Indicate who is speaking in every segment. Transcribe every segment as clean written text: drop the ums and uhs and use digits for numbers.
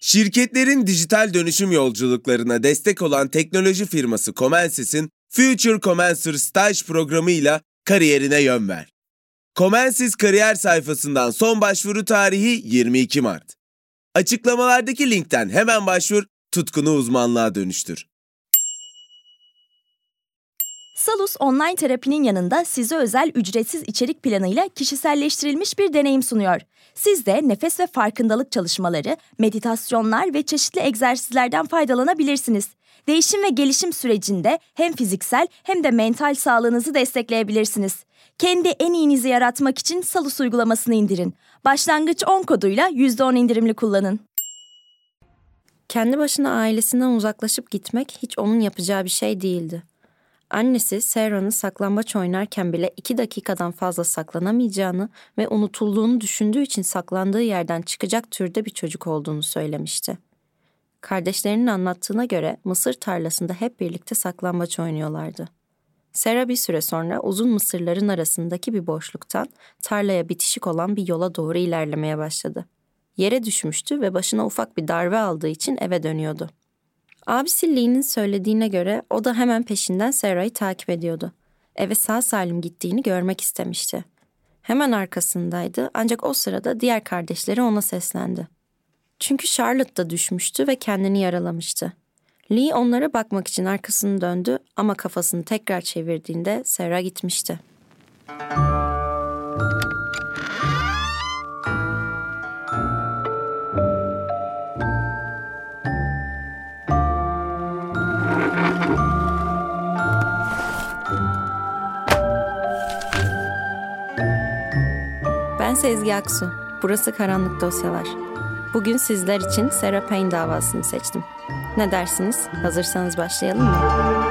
Speaker 1: Şirketlerin dijital dönüşüm yolculuklarına destek olan teknoloji firması Comensys'in Future Comencer Staj programıyla kariyerine yön ver. Comensys kariyer sayfasından son başvuru tarihi 22 Mart. Açıklamalardaki linkten hemen başvur, tutkunu uzmanlığa dönüştür.
Speaker 2: Salus online terapinin yanında size özel ücretsiz içerik planıyla kişiselleştirilmiş bir deneyim sunuyor. Siz de nefes ve farkındalık çalışmaları, meditasyonlar ve çeşitli egzersizlerden faydalanabilirsiniz. Değişim ve gelişim sürecinde hem fiziksel hem de mental sağlığınızı destekleyebilirsiniz. Kendi en iyinizi yaratmak için Salus uygulamasını indirin. Başlangıç 10 koduyla %10 indirimli kullanın.
Speaker 3: Kendi başına ailesinden uzaklaşıp gitmek hiç onun yapacağı bir şey değildi. Annesi Sarah'nın saklambaç oynarken bile 2 dakikadan fazla saklanamayacağını ve unutulduğunu düşündüğü için saklandığı yerden çıkacak türde bir çocuk olduğunu söylemişti. Kardeşlerinin anlattığına göre mısır tarlasında hep birlikte saklambaç oynuyorlardı. Sarah bir süre sonra uzun mısırların arasındaki bir boşluktan tarlaya bitişik olan bir yola doğru ilerlemeye başladı. Yere düşmüştü ve başına ufak bir darbe aldığı için eve dönüyordu. Abisi Lee'nin söylediğine göre o da hemen peşinden Sarah'ı takip ediyordu. Eve sağ salim gittiğini görmek istemişti. Hemen arkasındaydı ancak o sırada diğer kardeşleri ona seslendi. Çünkü Charlotte da düşmüştü ve kendini yaralamıştı. Lee onlara bakmak için arkasını döndü ama kafasını tekrar çevirdiğinde Sarah gitmişti. Ben Sezgi Aksu. Burası Karanlık Dosyalar. Bugün sizler için Sarah Payne davasını seçtim. Ne dersiniz? Hazırsanız başlayalım mı?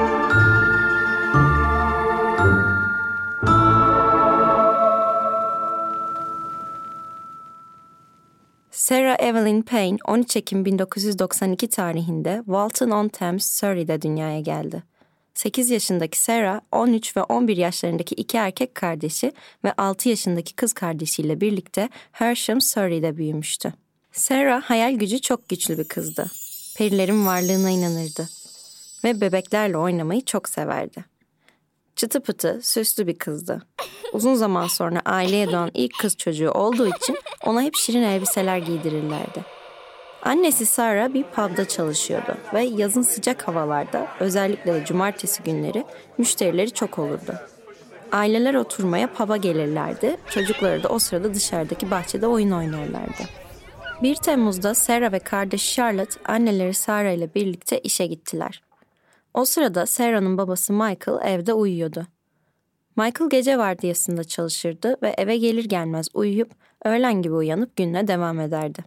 Speaker 3: Sarah Evelyn Payne 13 Ekim 1992 tarihinde Walton-on-Thames, Surrey'de dünyaya geldi. 8 yaşındaki Sarah, 13 ve 11 yaşlarındaki 2 erkek kardeşi ve 6 yaşındaki kız kardeşiyle birlikte Hersham, Surrey'de büyümüştü. Sarah hayal gücü çok güçlü bir kızdı. Perilerin varlığına inanırdı ve bebeklerle oynamayı çok severdi. Çıtı pıtı, süslü bir kızdı. Uzun zaman sonra aileye doğan ilk kız çocuğu olduğu için ona hep şirin elbiseler giydirirlerdi. Annesi Sarah bir pub'da çalışıyordu ve yazın sıcak havalarda, özellikle de cumartesi günleri müşterileri çok olurdu. Aileler oturmaya pub'a gelirlerdi, çocukları da o sırada dışarıdaki bahçede oyun oynarlardı. 1 Temmuz'da Sarah ve kardeşi Charlotte anneleri Sarah ile birlikte işe gittiler. O sırada Sarah'nın babası Michael evde uyuyordu. Michael gece vardiyasında çalışırdı ve eve gelir gelmez uyuyup öğlen gibi uyanıp gününe devam ederdi.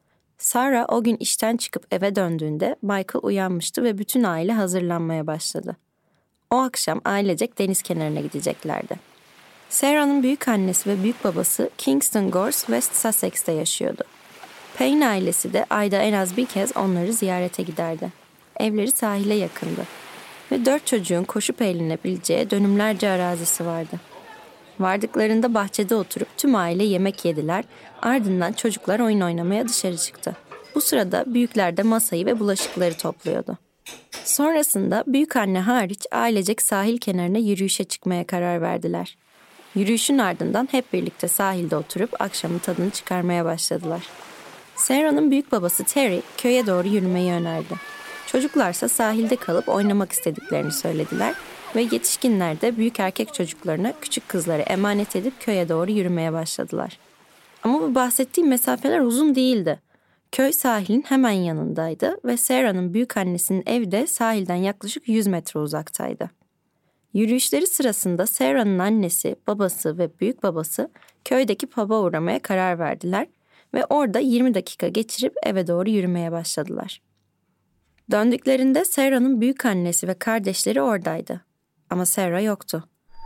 Speaker 3: Sarah o gün işten çıkıp eve döndüğünde Michael uyanmıştı ve bütün aile hazırlanmaya başladı. O akşam ailecek deniz kenarına gideceklerdi. Sarah'nın büyük annesi ve büyük babası Kingston Gorse, West Sussex'te yaşıyordu. Payne ailesi de ayda en az bir kez onları ziyarete giderdi. Evleri sahile yakındı ve 4 çocuğun koşup eğlenebileceği dönümlerce arazisi vardı. Vardıklarında bahçede oturup tüm aile yemek yediler, ardından çocuklar oyun oynamaya dışarı çıktı. Bu sırada büyükler de masayı ve bulaşıkları topluyordu. Sonrasında büyük anne hariç ailecek sahil kenarına yürüyüşe çıkmaya karar verdiler. Yürüyüşün ardından hep birlikte sahilde oturup akşamın tadını çıkarmaya başladılar. Sarah'nın büyük babası Terry köye doğru yürümeyi önerdi. Çocuklarsa sahilde kalıp oynamak istediklerini söylediler ve yetişkinler de büyük erkek çocuklarına küçük kızları emanet edip köye doğru yürümeye başladılar. Ama bu bahsettiğim mesafeler uzun değildi. Köy sahilin hemen yanındaydı ve Sarah'nın büyük annesinin evi de sahilden yaklaşık 100 metre uzaktaydı. Yürüyüşleri sırasında Sarah'nın annesi, babası ve büyük babası köydeki pub'a uğramaya karar verdiler ve orada 20 dakika geçirip eve doğru yürümeye başladılar. Döndüklerinde Sarah'nın büyük annesi ve kardeşleri oradaydı. Ama Sarah yoktu.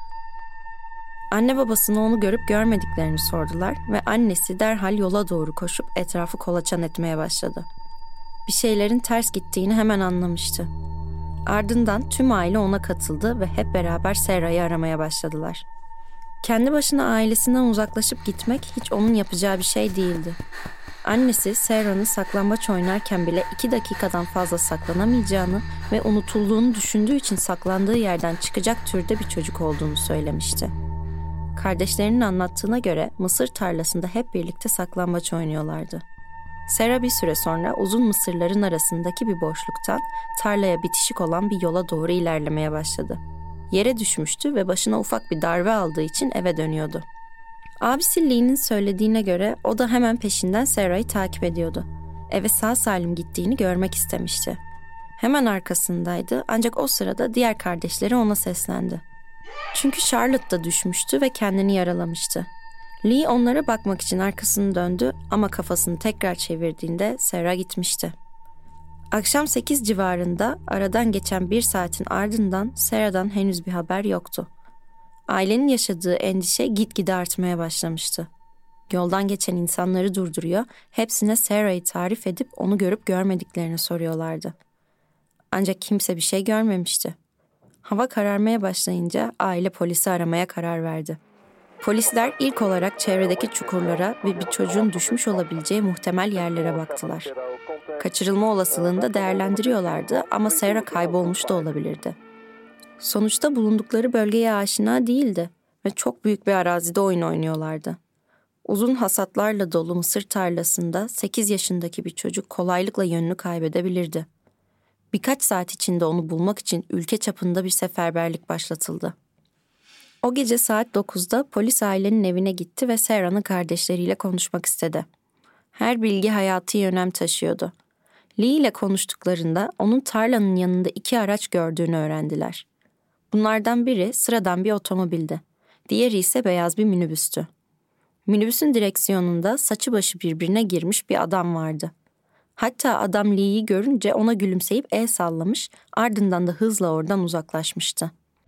Speaker 3: Anne babasına onu görüp görmediklerini sordular ve annesi derhal yola doğru koşup etrafı kolaçan etmeye başladı. Bir şeylerin ters gittiğini hemen anlamıştı. Ardından tüm aile ona katıldı ve hep beraber Sarah'ı aramaya başladılar. Kendi başına ailesinden uzaklaşıp gitmek hiç onun yapacağı bir şey değildi. Annesi Sarah'nın saklambaç oynarken bile 2 dakikadan fazla saklanamayacağını ve unutulduğunu düşündüğü için saklandığı yerden çıkacak türde bir çocuk olduğunu söylemişti. Kardeşlerinin anlattığına göre mısır tarlasında hep birlikte saklambaç oynuyorlardı. Sarah bir süre sonra uzun mısırların arasındaki bir boşluktan tarlaya bitişik olan bir yola doğru ilerlemeye başladı. Yere düşmüştü ve başına ufak bir darbe aldığı için eve dönüyordu. Abisi Lee'nin söylediğine göre o da hemen peşinden Sarah'ı takip ediyordu. Eve sağ salim gittiğini görmek istemişti. Hemen arkasındaydı ancak o sırada diğer kardeşleri ona seslendi. Çünkü Charlotte da düşmüştü ve kendini yaralamıştı. Lee onlara bakmak için arkasını döndü ama kafasını tekrar çevirdiğinde Sarah gitmişti. Akşam 8 civarında aradan geçen 1 saatin ardından Sarah'dan henüz bir haber yoktu. Ailenin yaşadığı endişe gitgide artmaya başlamıştı. Yoldan geçen insanları durduruyor, hepsine Sarah'ı tarif edip onu görüp görmediklerini soruyorlardı. Ancak kimse bir şey görmemişti. Hava kararmaya başlayınca aile polisi aramaya karar verdi. Polisler ilk olarak çevredeki çukurlara ve bir çocuğun düşmüş olabileceği muhtemel yerlere baktılar. Kaçırılma olasılığını da değerlendiriyorlardı ama Sarah kaybolmuş da olabilirdi. Sonuçta bulundukları bölgeye aşina değildi ve çok büyük bir arazide oyun oynuyorlardı. Uzun hasatlarla dolu mısır tarlasında 8 yaşındaki bir çocuk kolaylıkla yönünü kaybedebilirdi. Birkaç saat içinde onu bulmak için ülke çapında bir seferberlik başlatıldı. O gece saat 9'da polis ailenin evine gitti ve Sarah'ın kardeşleriyle konuşmak istedi. Her bilgi hayati önem taşıyordu. Lee ile konuştuklarında onun tarlanın yanında 2 araç gördüğünü öğrendiler. Bunlardan biri sıradan bir otomobildi. Diğeri ise beyaz bir minibüstü. Minibüsün direksiyonunda saçı başı birbirine girmiş bir adam vardı. Hatta adam Lee'yi görünce ona gülümseyip el sallamış, ardından da hızla oradan uzaklaşmıştı.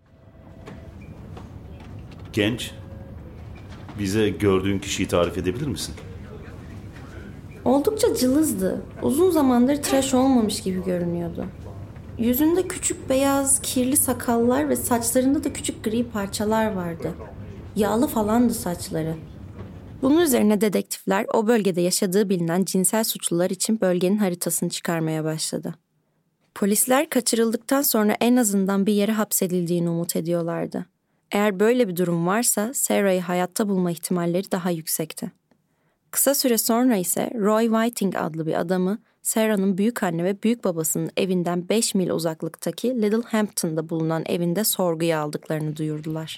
Speaker 4: Genç, bize gördüğün kişiyi tarif edebilir misin?
Speaker 3: Oldukça cılızdı. Uzun zamandır tıraş olmamış gibi görünüyordu. Yüzünde küçük beyaz, kirli sakallar ve saçlarında da küçük gri parçalar vardı. Yağlı falandı saçları. Bunun üzerine dedektifler o bölgede yaşadığı bilinen cinsel suçlular için bölgenin haritasını çıkarmaya başladı. Polisler kaçırıldıktan sonra en azından bir yere hapsedildiğini umut ediyorlardı. Eğer böyle bir durum varsa Sarah'ı hayatta bulma ihtimalleri daha yüksekti. Kısa süre sonra ise Roy Whiting adlı bir adamı Sarah'ın büyükanne ve büyükbabasının evinden 5 mil uzaklıktaki Littlehampton'da bulunan evinde sorguya aldıklarını duyurdular.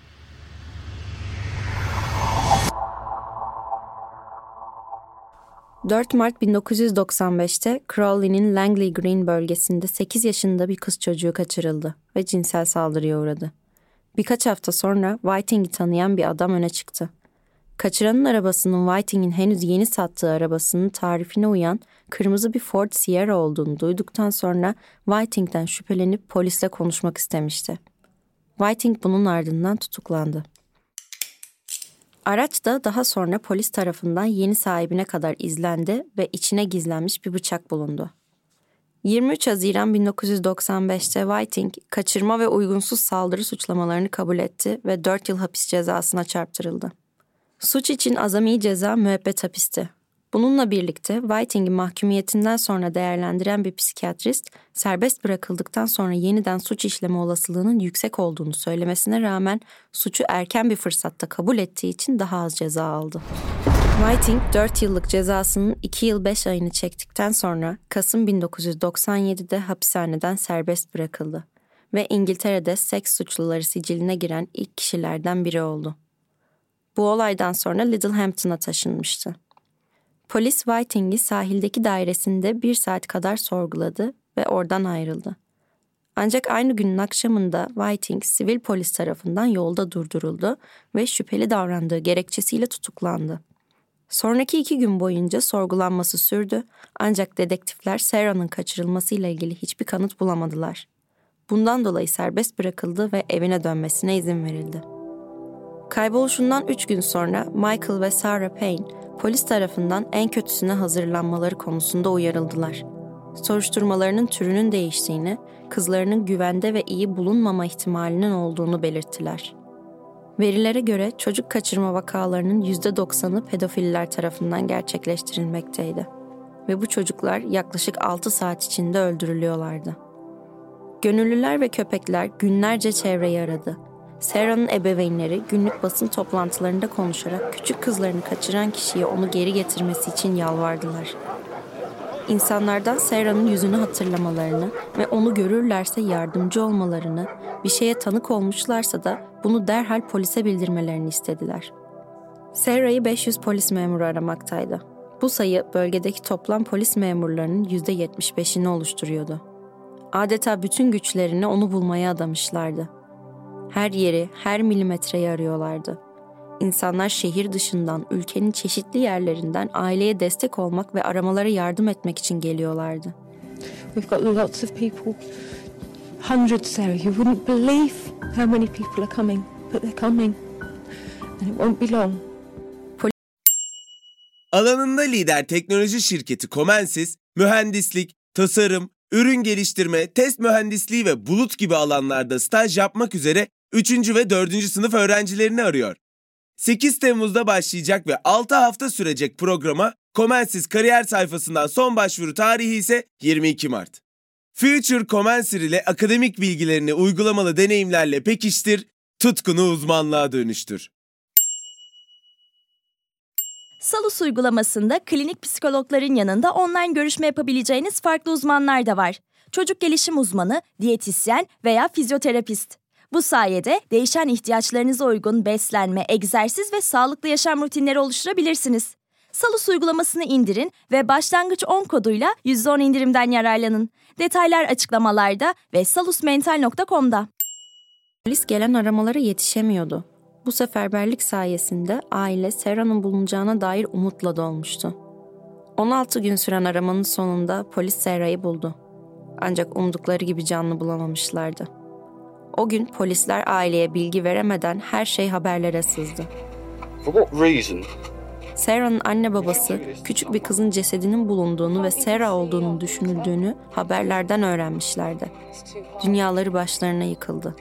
Speaker 3: ...4 Mart 1995'te Crowley'nin Langley Green bölgesinde 8 yaşında bir kız çocuğu kaçırıldı ve cinsel saldırıya uğradı. Birkaç hafta sonra Whiting'i tanıyan bir adam öne çıktı. Kaçıranın arabasının Whiting'in henüz yeni sattığı arabasının tarifine uyan kırmızı bir Ford Sierra olduğunu duyduktan sonra Whiting'den şüphelenip polisle konuşmak istemişti. Whiting bunun ardından tutuklandı. Araç da daha sonra polis tarafından yeni sahibine kadar izlendi ve içine gizlenmiş bir bıçak bulundu. 23 Haziran 1995'te Whiting, kaçırma ve uygunsuz saldırı suçlamalarını kabul etti ve 4 yıl hapis cezasına çarptırıldı. Suç için azami ceza müebbet hapisti. Bununla birlikte Whiting'in mahkumiyetinden sonra değerlendiren bir psikiyatrist, serbest bırakıldıktan sonra yeniden suç işleme olasılığının yüksek olduğunu söylemesine rağmen suçu erken bir fırsatta kabul ettiği için daha az ceza aldı. Whiting 4 yıllık cezasının 2 yıl 5 ayını çektikten sonra Kasım 1997'de hapishaneden serbest bırakıldı ve İngiltere'de seks suçluları siciline giren ilk kişilerden biri oldu. Bu olaydan sonra Littlehampton'a taşınmıştı. Polis Whiting'i sahildeki dairesinde 1 saat kadar sorguladı ve oradan ayrıldı. Ancak aynı günün akşamında Whiting sivil polis tarafından yolda durduruldu ve şüpheli davrandığı gerekçesiyle tutuklandı. Sonraki 2 gün boyunca sorgulanması sürdü ancak dedektifler Sarah'ın kaçırılmasıyla ilgili hiçbir kanıt bulamadılar. Bundan dolayı serbest bırakıldı ve evine dönmesine izin verildi. Kayboluşundan 3 gün sonra Michael ve Sarah Payne polis tarafından en kötüsüne hazırlanmaları konusunda uyarıldılar. Soruşturmalarının türünün değiştiğini, kızlarının güvende ve iyi bulunmama ihtimalinin olduğunu belirttiler. Verilere göre çocuk kaçırma vakalarının %90'ı pedofiller tarafından gerçekleştirilmekteydi. Ve bu çocuklar yaklaşık 6 saat içinde öldürülüyorlardı. Gönüllüler ve köpekler günlerce çevreyi aradı. Sarah'nın ebeveynleri günlük basın toplantılarında konuşarak küçük kızlarını kaçıran kişiye onu geri getirmesi için yalvardılar. İnsanlardan Sarah'nın yüzünü hatırlamalarını ve onu görürlerse yardımcı olmalarını, bir şeye tanık olmuşlarsa da bunu derhal polise bildirmelerini istediler. Sarah'ı 500 polis memuru aramaktaydı. Bu sayı bölgedeki toplam polis memurlarının %75'ini oluşturuyordu. Adeta bütün güçlerini onu bulmaya adamışlardı. Her yeri, her milimetreyi arıyorlardı. İnsanlar şehir dışından, ülkenin çeşitli yerlerinden aileye destek olmak ve aramalara yardım etmek için geliyorlardı.
Speaker 5: We've got lots of people, hundreds, Sarah. You wouldn't believe how many people are coming, but they're coming, and it won't be long.
Speaker 1: Alanında lider teknoloji şirketi Comensys, mühendislik, tasarım, ürün geliştirme, test mühendisliği ve bulut gibi alanlarda staj yapmak üzere 3. ve 4. sınıf öğrencilerini arıyor. 8 Temmuz'da başlayacak ve 6 hafta sürecek programa Comensys kariyer sayfasından son başvuru tarihi ise 22 Mart. Future Comensys ile akademik bilgilerini uygulamalı deneyimlerle pekiştir, tutkunu uzmanlığa dönüştür.
Speaker 2: Salus uygulamasında klinik psikologların yanında online görüşme yapabileceğiniz farklı uzmanlar da var. Çocuk gelişim uzmanı, diyetisyen veya fizyoterapist. Bu sayede değişen ihtiyaçlarınıza uygun beslenme, egzersiz ve sağlıklı yaşam rutinleri oluşturabilirsiniz. Salus uygulamasını indirin ve başlangıç 10 koduyla %10 indirimden yararlanın. Detaylar açıklamalarda ve salusmental.com'da.
Speaker 3: Polis gelen aramalara yetişemiyordu. Bu seferberlik sayesinde aile Sarah'nın bulunacağına dair umutla dolmuştu. 16 gün süren aramanın sonunda polis Sarah'ı buldu. Ancak umdukları gibi canlı bulamamışlardı. O gün polisler aileye bilgi veremeden her şey haberlere sızdı.
Speaker 6: For what reason?
Speaker 3: Sarah'ın anne babası küçük bir kızın cesedinin bulunduğunu ve Sarah olduğunu düşünüldüğünü haberlerden öğrenmişlerdi. Dünyaları başlarına yıkıldı.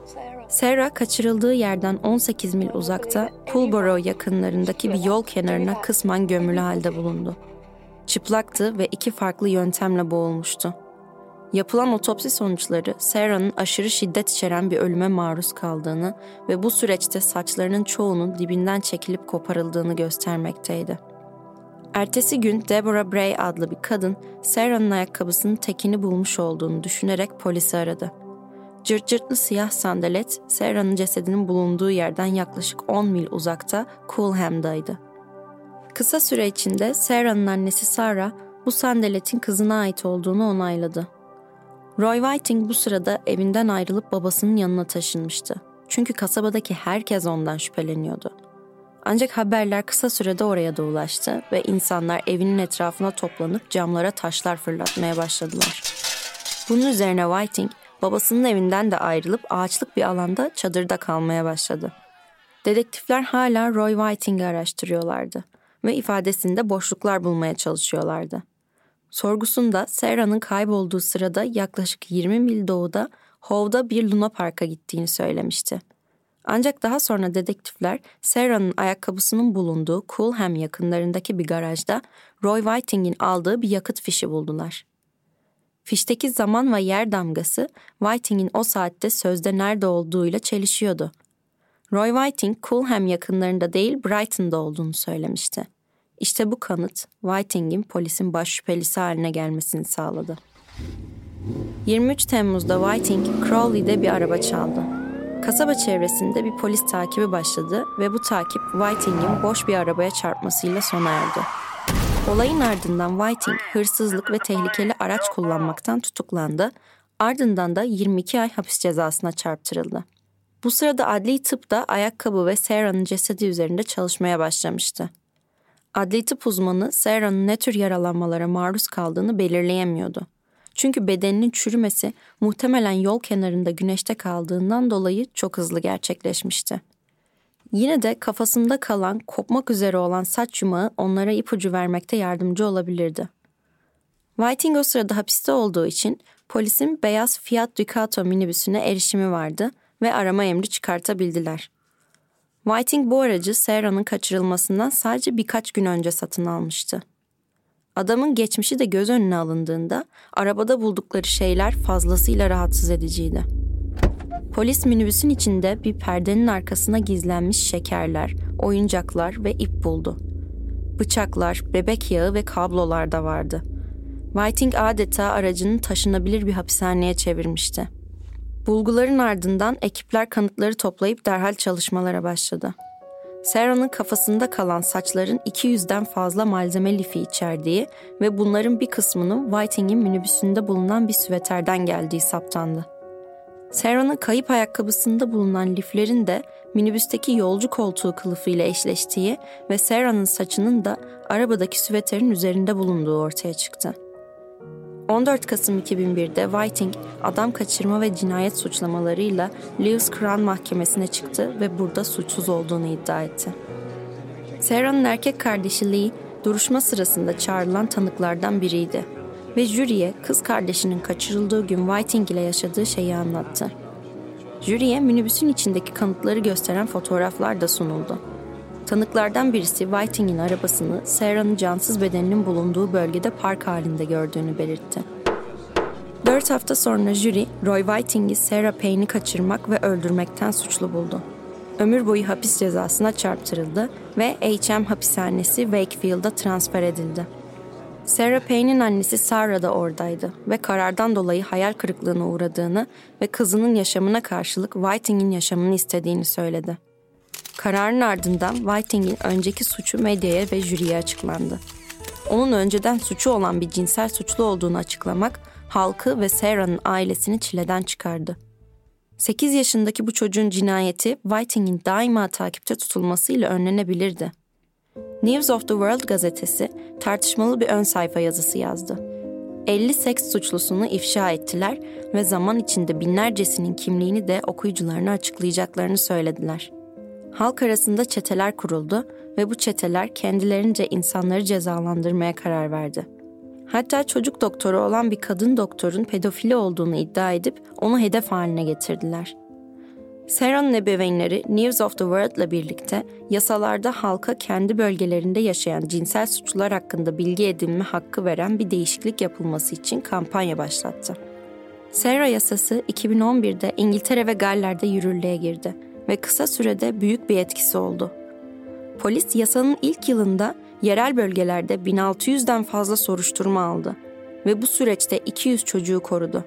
Speaker 3: Sarah kaçırıldığı yerden 18 mil uzakta Pulborough yakınlarındaki bir yol kenarına kısmen gömülü halde bulundu. Çıplaktı ve 2 farklı yöntemle boğulmuştu. Yapılan otopsi sonuçları Sarah'ın aşırı şiddet içeren bir ölüme maruz kaldığını ve bu süreçte saçlarının çoğunun dibinden çekilip koparıldığını göstermekteydi. Ertesi gün Deborah Bray adlı bir kadın Sarah'ın ayakkabısının tekini bulmuş olduğunu düşünerek polisi aradı. Cırt cırtlı siyah sandalet Sarah'ın cesedinin bulunduğu yerden yaklaşık 10 mil uzakta Coolham'daydı. Kısa süre içinde Sarah'ın annesi Sarah bu sandaletin kızına ait olduğunu onayladı. Roy Whiting bu sırada evinden ayrılıp babasının yanına taşınmıştı. Çünkü kasabadaki herkes ondan şüpheleniyordu. Ancak haberler kısa sürede oraya da ulaştı ve insanlar evinin etrafına toplanıp camlara taşlar fırlatmaya başladılar. Bunun üzerine Whiting, babasının evinden de ayrılıp ağaçlık bir alanda çadırda kalmaya başladı. Dedektifler hala Roy Whiting'i araştırıyorlardı ve ifadesinde boşluklar bulmaya çalışıyorlardı. Sorgusunda Sarah'ın kaybolduğu sırada yaklaşık 20 mil doğuda Hove'da bir Luna Park'a gittiğini söylemişti. Ancak daha sonra dedektifler Sarah'ın ayakkabısının bulunduğu Coolham yakınlarındaki bir garajda Roy Whiting'in aldığı bir yakıt fişi buldular. Fişteki zaman ve yer damgası Whiting'in o saatte sözde nerede olduğuyla çelişiyordu. Roy Whiting, Coolham yakınlarında değil Brighton'da olduğunu söylemişti. İşte bu kanıt, Whiting'in polisin baş şüphelisi haline gelmesini sağladı. 23 Temmuz'da Whiting, Crawley'de bir araba çaldı. Kasaba çevresinde bir polis takibi başladı ve bu takip Whiting'in boş bir arabaya çarpmasıyla sona erdi. Olayın ardından Whiting, hırsızlık ve tehlikeli araç kullanmaktan tutuklandı, ardından da 22 ay hapis cezasına çarptırıldı. Bu sırada adli tıp da ayakkabı ve Sarah'ın cesedi üzerinde çalışmaya başlamıştı. Adli tıp uzmanı Sarah'ın ne tür yaralanmalara maruz kaldığını belirleyemiyordu. Çünkü bedeninin çürümesi muhtemelen yol kenarında güneşte kaldığından dolayı çok hızlı gerçekleşmişti. Yine de kafasında kalan, kopmak üzere olan saç yumağı onlara ipucu vermekte yardımcı olabilirdi. Whiting o sırada hapiste olduğu için polisin beyaz Fiat Ducato minibüsüne erişimi vardı ve arama emri çıkartabildiler. Whiting bu aracı Sarah'nın kaçırılmasından sadece birkaç gün önce satın almıştı. Adamın geçmişi de göz önüne alındığında arabada buldukları şeyler fazlasıyla rahatsız ediciydi. Polis minibüsün içinde bir perdenin arkasına gizlenmiş şekerler, oyuncaklar ve ip buldu. Bıçaklar, bebek yağı ve kablolar da vardı. Whiting adeta aracını taşınabilir bir hapishaneye çevirmişti. Bulguların ardından ekipler kanıtları toplayıp derhal çalışmalara başladı. Sarah'nın kafasında kalan saçların 200'den fazla malzeme lifi içerdiği ve bunların bir kısmının Whiting'in minibüsünde bulunan bir süveterden geldiği saptandı. Sarah'ın kayıp ayakkabısında bulunan liflerin de minibüsteki yolcu koltuğu kılıfıyla eşleştiği ve Sarah'ın saçının da arabadaki süveterin üzerinde bulunduğu ortaya çıktı. 14 Kasım 2001'de Whiting, adam kaçırma ve cinayet suçlamalarıyla Lewis Crown Mahkemesi'ne çıktı ve burada suçsuz olduğunu iddia etti. Sarah'ın erkek kardeşi Lee, duruşma sırasında çağrılan tanıklardan biriydi ve jüriye kız kardeşinin kaçırıldığı gün Whiting ile yaşadığı şeyi anlattı. Jüriye minibüsün içindeki kanıtları gösteren fotoğraflar da sunuldu. Tanıklardan birisi Whiting'in arabasını Sarah'ın cansız bedeninin bulunduğu bölgede park halinde gördüğünü belirtti. 4 hafta sonra jüri, Roy Whiting'i Sarah Payne'i kaçırmak ve öldürmekten suçlu buldu. Ömür boyu hapis cezasına çarptırıldı ve H.M. hapishanesi Wakefield'a transfer edildi. Sarah Payne'in annesi Sarah da oradaydı ve karardan dolayı hayal kırıklığına uğradığını ve kızının yaşamına karşılık Whiting'in yaşamını istediğini söyledi. Kararın ardından Whiting'in önceki suçu medyaya ve jüriye açıklandı. Onun önceden suçu olan bir cinsel suçlu olduğunu açıklamak, halkı ve Sarah'ın ailesini çileden çıkardı. 8 yaşındaki bu çocuğun cinayeti Whiting'in daima takipte tutulmasıyla önlenebilirdi. News of the World gazetesi tartışmalı bir ön sayfa yazısı yazdı. 50 seks suçlusunu ifşa ettiler ve zaman içinde binlercesinin kimliğini de okuyucularına açıklayacaklarını söylediler. Halk arasında çeteler kuruldu ve bu çeteler kendilerince insanları cezalandırmaya karar verdi. Hatta çocuk doktoru olan bir kadın doktorun pedofili olduğunu iddia edip onu hedef haline getirdiler. Sarah'ın ebeveynleri News of the World'la birlikte yasalarda halka kendi bölgelerinde yaşayan cinsel suçlular hakkında bilgi edinme hakkı veren bir değişiklik yapılması için kampanya başlattı. Sarah yasası 2011'de İngiltere ve Galler'de yürürlüğe girdi ve kısa sürede büyük bir etkisi oldu. Polis yasanın ilk yılında yerel bölgelerde 1600'den fazla soruşturma aldı ve bu süreçte 200 çocuğu korudu.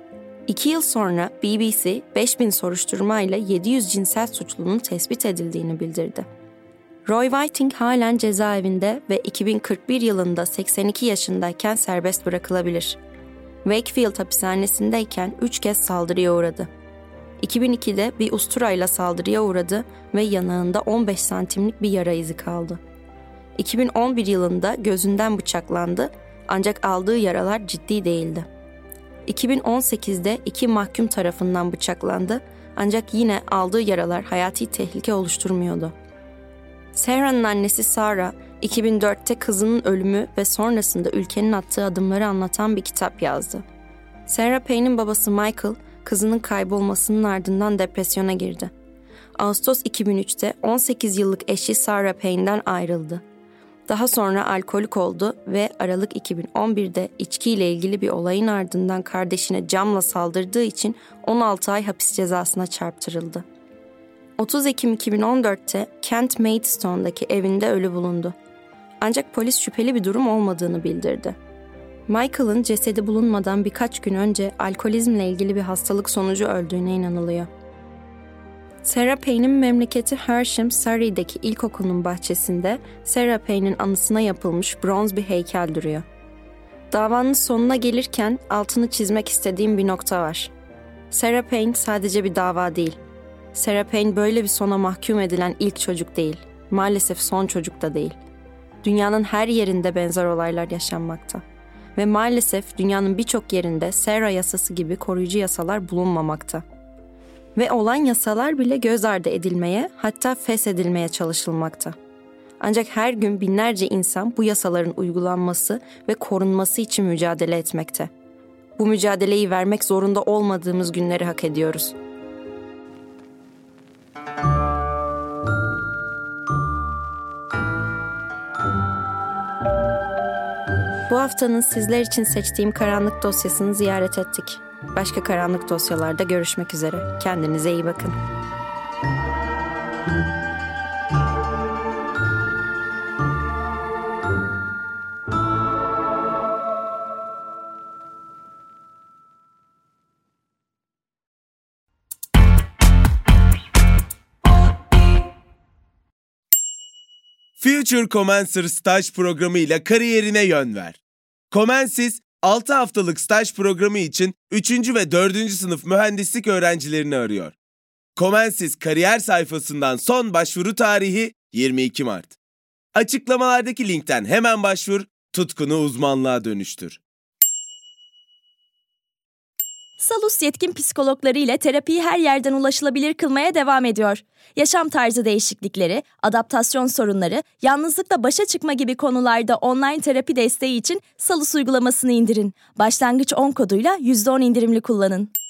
Speaker 3: 2 yıl sonra BBC 5000 soruşturma ile 700 cinsel suçlunun tespit edildiğini bildirdi. Roy Whiting halen cezaevinde ve 2041 yılında 82 yaşındayken serbest bırakılabilir. Wakefield hapishanesindeyken 3 kez saldırıya uğradı. 2002'de bir usturayla saldırıya uğradı ve yanağında 15 santimlik bir yara izi kaldı. 2011 yılında gözünden bıçaklandı ancak aldığı yaralar ciddi değildi. 2018'de 2 mahkum tarafından bıçaklandı ancak yine aldığı yaralar hayati tehlike oluşturmuyordu. Sarah'ın annesi Sarah, 2004'te kızının ölümü ve sonrasında ülkenin attığı adımları anlatan bir kitap yazdı. Sarah Payne'in babası Michael, kızının kaybolmasının ardından depresyona girdi. Ağustos 2003'te 18 yıllık eşi Sarah Payne'den ayrıldı. Daha sonra alkolik oldu ve Aralık 2011'de içkiyle ilgili bir olayın ardından kardeşine camla saldırdığı için 16 ay hapis cezasına çarptırıldı. 30 Ekim 2014'te Kent Maidstone'daki evinde ölü bulundu. Ancak polis şüpheli bir durum olmadığını bildirdi. Michael'ın cesedi bulunmadan birkaç gün önce alkolizmle ilgili bir hastalık sonucu öldüğüne inanılıyor. Sarah Payne'in memleketi Hersham, Surrey'deki ilkokulun bahçesinde Sarah Payne'in anısına yapılmış bronz bir heykel duruyor. Davanın sonuna gelirken altını çizmek istediğim bir nokta var. Sarah Payne sadece bir dava değil. Sarah Payne böyle bir sona mahkum edilen ilk çocuk değil. Maalesef son çocuk da değil. Dünyanın her yerinde benzer olaylar yaşanmakta. Ve maalesef dünyanın birçok yerinde Sarah yasası gibi koruyucu yasalar bulunmamakta. Ve olan yasalar bile göz ardı edilmeye, hatta feshedilmeye çalışılmakta. Ancak her gün binlerce insan bu yasaların uygulanması ve korunması için mücadele etmekte. Bu mücadeleyi vermek zorunda olmadığımız günleri hak ediyoruz. Bu haftanın sizler için seçtiğim karanlık dosyasını ziyaret ettik. Başka karanlık dosyalarda görüşmek üzere. Kendinize iyi bakın.
Speaker 1: Future Commencer staj programı ile kariyerine yön ver. Commensys, 6 haftalık staj programı için 3. ve 4. sınıf mühendislik öğrencilerini arıyor. Commensys kariyer sayfasından son başvuru tarihi 22 Mart. Açıklamalardaki linkten hemen başvur, tutkunu uzmanlığa dönüştür.
Speaker 2: Salus yetkin psikologları ile terapiyi her yerden ulaşılabilir kılmaya devam ediyor. Yaşam tarzı değişiklikleri, adaptasyon sorunları, yalnızlıkla başa çıkma gibi konularda online terapi desteği için Salus uygulamasını indirin. Başlangıç 10 koduyla %10 indirimli kullanın.